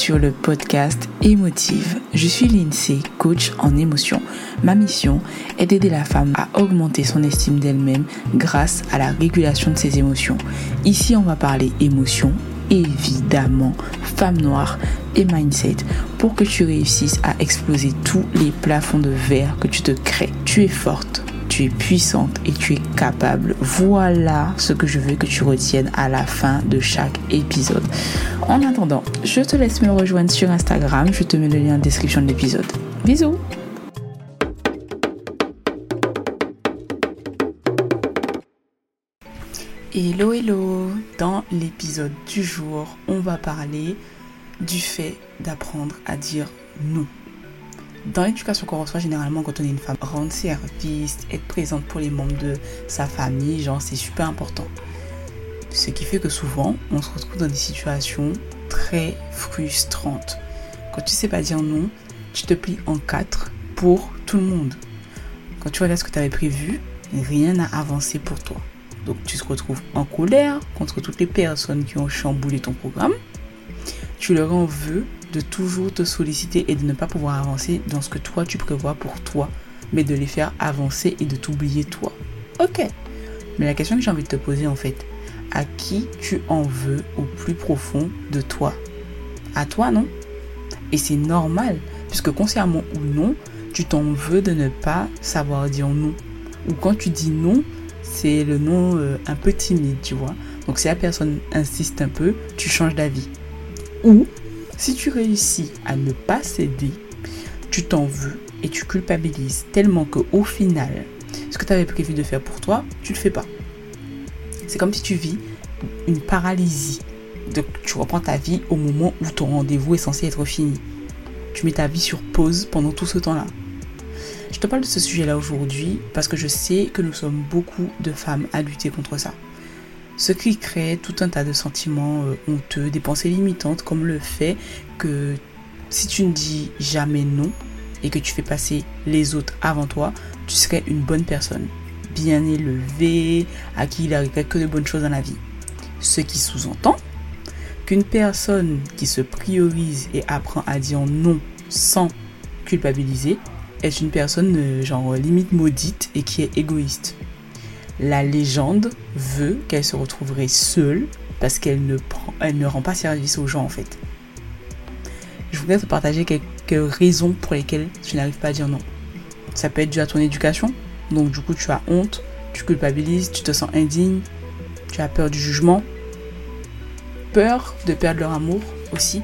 sur le podcast Émotive. Je suis Lindsay, coach en émotion. Ma mission est d'aider la femme à augmenter son estime d'elle-même grâce à la régulation de ses émotions. Ici, on va parler émotions, évidemment, femme noire et mindset pour que tu réussisses à exploser tous les plafonds de verre que tu te crées. Tu es forte. Tu es puissante et tu es capable. Voilà ce que je veux que tu retiennes à la fin de chaque épisode. En attendant, je te laisse me rejoindre sur Instagram. Je te mets le lien en description de l'épisode. Bisous. Hello. Dans l'épisode du jour, on va parler du fait d'apprendre à dire non. Dans l'éducation qu'on reçoit généralement quand on est une femme, rendre service, être présente pour les membres de sa famille, c'est super important. Ce qui fait que souvent, on se retrouve dans des situations très frustrantes. Quand tu sais pas dire non, tu te plies en 4 pour tout le monde. Quand tu regardes ce que tu avais prévu, rien n'a avancé pour toi. Donc tu te retrouves en colère contre toutes les personnes qui ont chamboulé ton programme. Tu leur en veux de toujours te solliciter et de ne pas pouvoir avancer dans ce que toi tu prévois pour toi, mais de les faire avancer et de t'oublier toi. Ok. Mais la question que j'ai envie de te poser en fait, à qui tu en veux au plus profond de toi? À toi, non? Et c'est normal, puisque consciemment ou non, tu t'en veux de ne pas savoir dire non. Ou quand tu dis non, c'est le non un peu timide, tu vois. Donc si la personne insiste un peu, tu changes d'avis. Ou, si tu réussis à ne pas céder, tu t'en veux et tu culpabilises tellement qu'au final, ce que tu avais prévu de faire pour toi, tu ne le fais pas. C'est comme si tu vis une paralysie. Donc, tu reprends ta vie au moment où ton rendez-vous est censé être fini. Tu mets ta vie sur pause pendant tout ce temps-là. Je te parle de ce sujet-là aujourd'hui parce que je sais que nous sommes beaucoup de femmes à lutter contre ça. Ce qui crée tout un tas de sentiments honteux, des pensées limitantes, comme le fait que si tu ne dis jamais non et que tu fais passer les autres avant toi, tu serais une bonne personne, bien élevée, à qui il arriverait que de bonnes choses dans la vie. Ce qui sous-entend qu'une personne qui se priorise et apprend à dire non sans culpabiliser est une personne limite maudite et qui est égoïste. La légende veut qu'elle se retrouverait seule parce qu'elle ne rend pas service aux gens en fait. Je voudrais te partager quelques raisons pour lesquelles tu n'arrives pas à dire non. Ça peut être dû à ton éducation, donc du coup tu as honte, tu culpabilises, tu te sens indigne, tu as peur du jugement, peur de perdre leur amour aussi,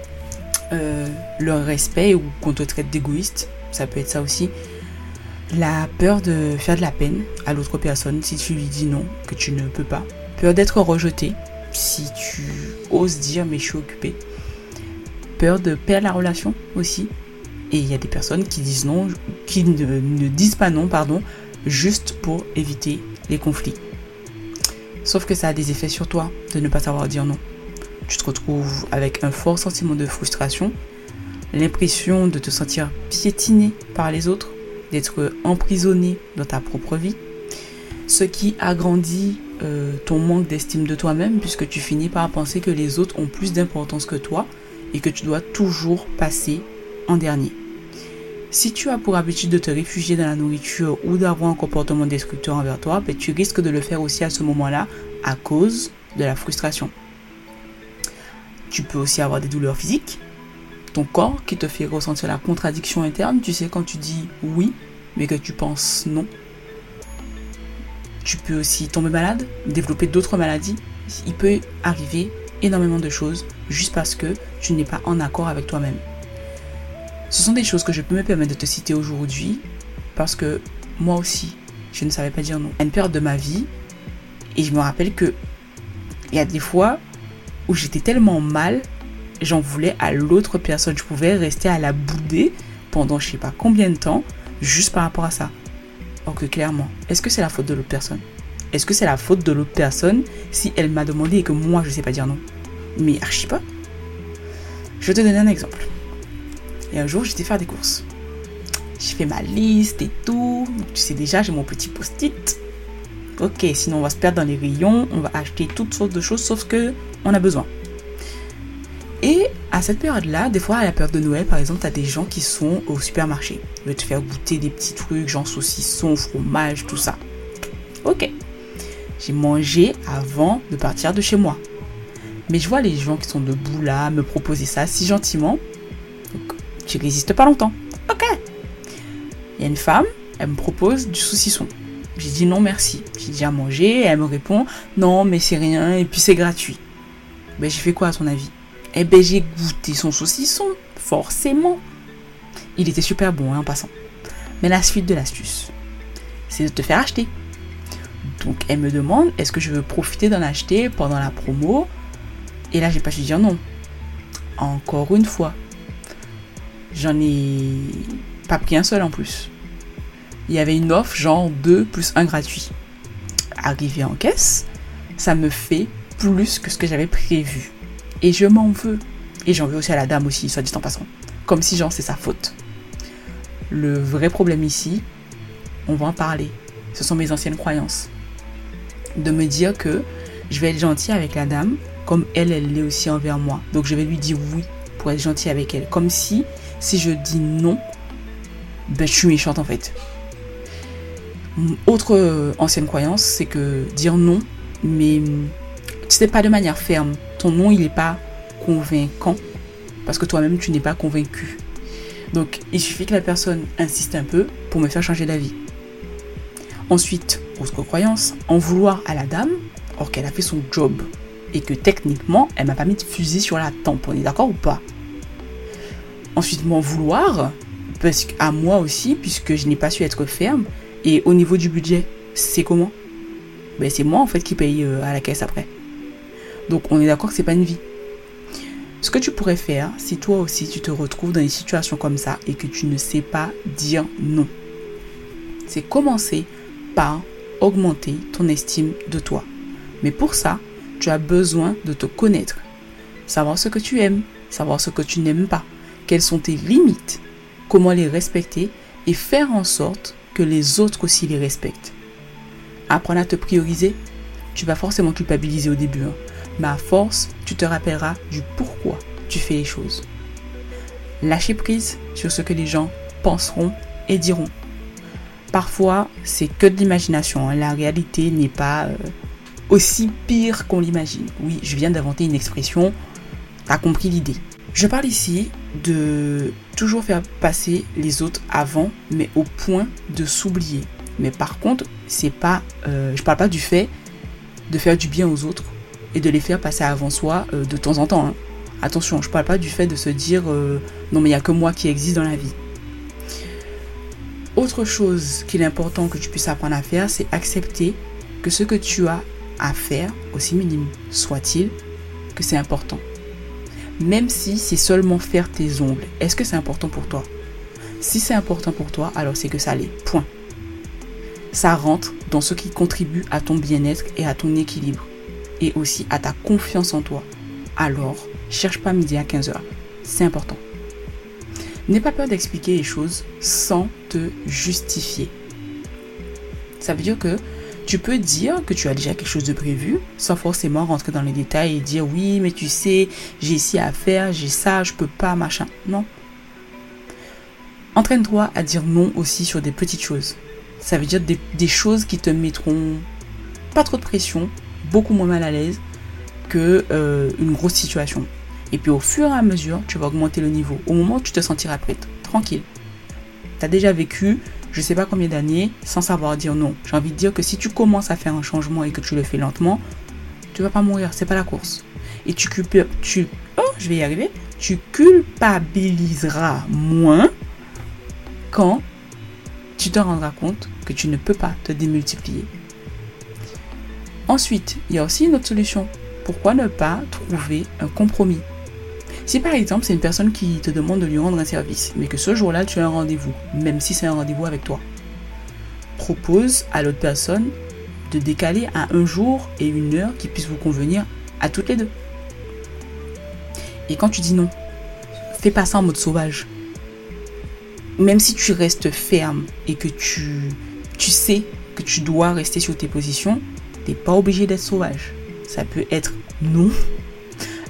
leur respect ou qu'on te traite d'égoïste, ça peut être ça aussi. La peur de faire de la peine à l'autre personne si tu lui dis non, que tu ne peux pas. Peur d'être rejeté si tu oses dire mais je suis occupée. Peur de perdre la relation aussi. Et il y a des personnes qui disent non, qui ne disent pas non, juste pour éviter les conflits. Sauf que ça a des effets sur toi de ne pas savoir dire non. Tu te retrouves avec un fort sentiment de frustration, l'impression de te sentir piétiné par les autres, d'être emprisonné dans ta propre vie, ce qui agrandit ton manque d'estime de toi-même puisque tu finis par penser que les autres ont plus d'importance que toi et que tu dois toujours passer en dernier. Si tu as pour habitude de te réfugier dans la nourriture ou d'avoir un comportement destructeur envers toi, tu risques de le faire aussi à ce moment-là à cause de la frustration. Tu peux aussi avoir des douleurs physiques, ton corps qui te fait ressentir la contradiction interne, tu sais quand tu dis oui, mais que tu penses non. Tu peux aussi tomber malade, développer d'autres maladies. Il peut arriver énormément de choses juste parce que tu n'es pas en accord avec toi-même. Ce sont des choses que je peux me permettre de te citer aujourd'hui parce que moi aussi, je ne savais pas dire non. À une période de ma vie, et je me rappelle que il y a des fois où j'étais tellement mal, j'en voulais à l'autre personne. Je pouvais rester à la bouder pendant je sais pas combien de temps, juste par rapport à ça. Or que clairement, est-ce que c'est la faute de l'autre personne? Est-ce que c'est la faute de l'autre personne si elle m'a demandé et que moi je sais pas dire non? Mais archi pas. Je vais te donner un exemple. Et un jour, j'étais faire des courses. J'ai fait ma liste et tout. Donc, tu sais déjà, j'ai mon petit post-it. Ok, sinon on va se perdre dans les rayons. On va acheter toutes sortes de choses, sauf que on a besoin. Et À cette période-là, des fois à la période de Noël, par exemple, tu as des gens qui sont au supermarché. Ils veulent te faire goûter des petits trucs, genre saucisson, fromage, tout ça. Ok. J'ai mangé avant de partir de chez moi. Mais je vois les gens qui sont debout là, me proposer ça si gentiment. Donc, tu résistes pas longtemps. Ok. Il y a une femme, elle me propose du saucisson. J'ai dit non merci. J'ai dit à manger et elle me répond non mais c'est rien et puis c'est gratuit. Ben j'ai fait quoi à ton avis? Eh ben j'ai goûté son saucisson, forcément. Il était super bon en passant. Mais la suite de l'astuce, c'est de te faire acheter. Donc elle me demande est-ce que je veux profiter d'en acheter pendant la promo. Et là j'ai pas su dire non. Encore une fois. J'en ai pas pris un seul en plus. Il y avait une offre genre 2 plus 1 gratuit. Arrivé en caisse, ça me fait plus que ce que j'avais prévu. Et je m'en veux. Et j'en veux aussi à la dame aussi, soit dit en passant. Comme si genre c'est sa faute. Le vrai problème ici, on va en parler. Ce sont mes anciennes croyances. De me dire que je vais être gentil avec la dame, comme elle l'est aussi envers moi. Donc je vais lui dire oui pour être gentil avec elle. Comme si je dis non, ben je suis méchante en fait. Autre ancienne croyance, c'est que dire non, mais tu sais pas de manière ferme. Ton non, il n'est pas convaincant parce que toi-même, tu n'es pas convaincu. Donc, il suffit que la personne insiste un peu pour me faire changer d'avis. Ensuite, autre croyance, en vouloir à la dame, or qu'elle a fait son job et que techniquement, elle m'a pas mis de fusil sur la tempe. On est d'accord ou pas? Ensuite, m'en vouloir parce qu'à moi aussi, puisque je n'ai pas su être ferme. Et au niveau du budget, c'est comment? Ben c'est moi en fait qui paye à la caisse après. Donc on est d'accord que c'est pas une vie. Ce que tu pourrais faire, si toi aussi tu te retrouves dans des situations comme ça et que tu ne sais pas dire non, c'est commencer par augmenter ton estime de toi. Mais pour ça, tu as besoin de te connaître. Savoir ce que tu aimes, savoir ce que tu n'aimes pas. Quelles sont tes limites, comment les respecter et faire en sorte que les autres aussi les respectent. Apprendre à te prioriser, tu vas forcément culpabiliser au début, mais à force, tu te rappelleras du pourquoi tu fais les choses. Lâcher prise sur ce que les gens penseront et diront. Parfois, c'est que de l'imagination, la réalité n'est pas aussi pire qu'on l'imagine. Oui, je viens d'inventer une expression, t'as compris l'idée. Je parle ici de toujours faire passer les autres avant, mais au point de s'oublier. Mais par contre, c'est pas, je parle pas du fait de faire du bien aux autres et de les faire passer avant soi de temps en temps. Attention, je parle pas du fait de se dire non mais il n'y a que moi qui existe dans la vie. Autre chose qu'il est important que tu puisses apprendre à faire, c'est accepter que ce que tu as à faire, aussi minime soit-il, que c'est important. Même si c'est seulement faire tes ongles, est-ce que c'est important pour toi? Si c'est important pour toi, alors c'est que ça l'est. Point. Ça rentre dans ce qui contribue à ton bien-être et à ton équilibre. Et aussi à ta confiance en toi. Alors, cherche pas midi à 15h. C'est important. N'aie pas peur d'expliquer les choses sans te justifier. Ça veut dire que tu peux dire que tu as déjà quelque chose de prévu sans forcément rentrer dans les détails et dire oui, mais tu sais, j'ai ici à faire, j'ai ça, je peux pas, machin. Non. Entraîne-toi à dire non aussi sur des petites choses. Ça veut dire des choses qui te mettront pas trop de pression, beaucoup moins mal à l'aise que une grosse situation. Et puis au fur et à mesure, tu vas augmenter le niveau. Au moment où tu te sentiras prête, tranquille. Tu as déjà vécu je sais pas combien d'années sans savoir dire non. J'ai envie de dire que si tu commences à faire un changement et que tu le fais lentement, tu vas pas mourir, c'est pas la course. Et tu culpabiliseras moins quand tu te rendras compte que tu ne peux pas te démultiplier. Ensuite, il y a aussi une autre solution. Pourquoi ne pas trouver un compromis? Si par exemple, c'est une personne qui te demande de lui rendre un service, mais que ce jour-là, tu as un rendez-vous, même si c'est un rendez-vous avec toi, propose à l'autre personne de décaler à un jour et une heure qui puisse vous convenir à toutes les deux. Et quand tu dis non, fais pas ça en mode sauvage. Même si tu restes ferme et que tu sais que tu dois rester sur tes positions, t'es pas obligé d'être sauvage. Ça peut être non,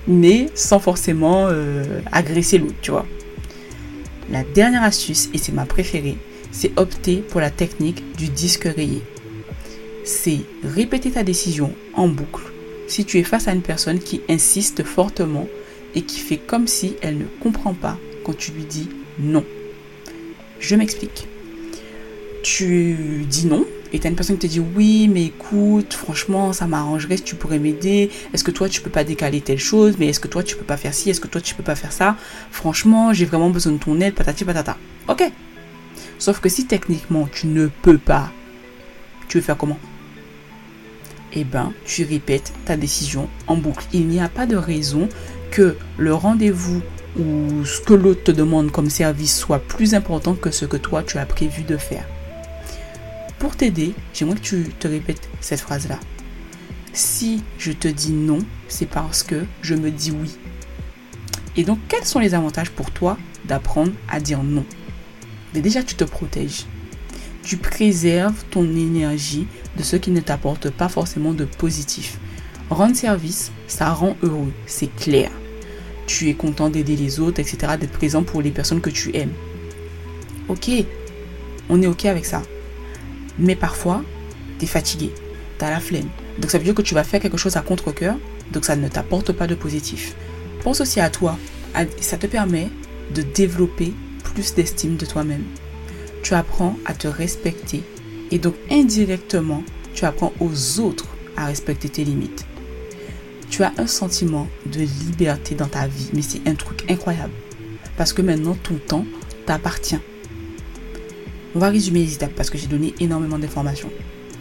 mais sans forcément agresser l'autre, tu vois. La dernière astuce, et c'est ma préférée, c'est opter pour la technique du disque rayé. C'est répéter ta décision en boucle si tu es face à une personne qui insiste fortement et qui fait comme si elle ne comprend pas quand tu lui dis non. Je m'explique. Tu dis non et tu as une personne qui te dit oui, mais écoute, franchement, ça m'arrangerait si tu pourrais m'aider. Est-ce que toi, tu peux pas décaler telle chose? Mais est-ce que toi, tu peux pas faire ci? Est-ce que toi, tu peux pas faire ça? Franchement, j'ai vraiment besoin de ton aide, patati patata. Ok. Sauf que si techniquement, tu ne peux pas, tu veux faire comment? Eh ben, tu répètes ta décision en boucle. Il n'y a pas de raison que le rendez-vous ou ce que l'autre te demande comme service soit plus important que ce que toi, tu as prévu de faire. Pour t'aider, j'aimerais que tu te répètes cette phrase-là. Si je te dis non, c'est parce que je me dis oui. Et donc, quels sont les avantages pour toi d'apprendre à dire non? Mais déjà, tu te protèges. Tu préserves ton énergie de ce qui ne t'apporte pas forcément de positif. Rendre service, ça rend heureux, c'est clair. Tu es content d'aider les autres, etc., d'être présent pour les personnes que tu aimes. Ok, on est ok avec ça. Mais parfois, tu es fatigué, tu as la flemme. Donc ça veut dire que tu vas faire quelque chose à contre-cœur, donc ça ne t'apporte pas de positif. Pense aussi à toi, ça te permet de développer plus d'estime de toi-même. Tu apprends à te respecter et donc indirectement, tu apprends aux autres à respecter tes limites. Tu as un sentiment de liberté dans ta vie, mais c'est un truc incroyable parce que maintenant ton temps t'appartient. On va résumer les étapes parce que j'ai donné énormément d'informations.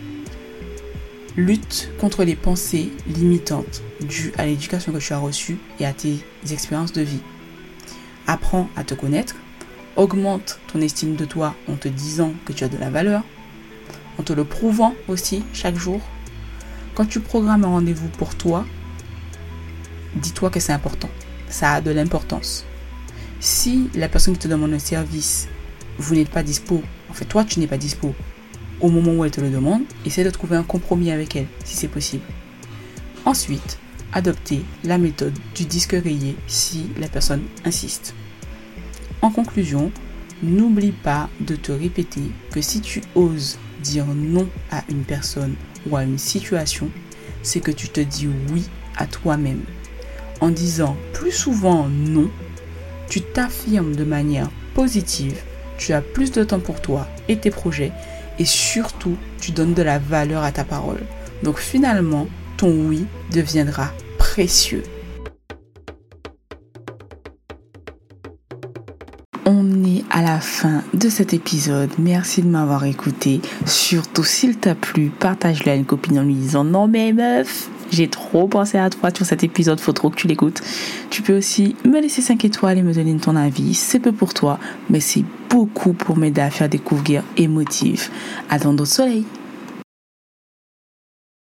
Lutte contre les pensées limitantes dues à l'éducation que tu as reçue et à tes expériences de vie. Apprends à te connaître. Augmente ton estime de toi en te disant que tu as de la valeur, en te le prouvant aussi chaque jour. Quand tu programmes un rendez-vous pour toi, dis-toi que c'est important. Ça a de l'importance. Si la personne qui te demande un service, vous n'êtes pas dispo, en fait toi tu n'es pas dispo au moment où elle te le demande, essaie de trouver un compromis avec elle si c'est possible. Ensuite, adoptez la méthode du disque rayé si la personne insiste. En conclusion, n'oublie pas de te répéter que si tu oses dire non à une personne ou à une situation, c'est que tu te dis oui à toi-même. En disant plus souvent non, tu t'affirmes de manière positive, tu as plus de temps pour toi et tes projets et surtout, tu donnes de la valeur à ta parole. Donc finalement, ton oui deviendra précieux. On est à la fin de cet épisode. Merci de m'avoir écouté. Surtout, s'il t'a plu, partage-le à une copine en lui disant « Non mais meuf, j'ai trop pensé à toi sur cet épisode, faut trop que tu l'écoutes. » Tu peux aussi me laisser 5 étoiles et me donner ton avis. C'est peu pour toi, mais c'est beaucoup pour m'aider à faire découvrir Émotive. À dans d'autres soleils.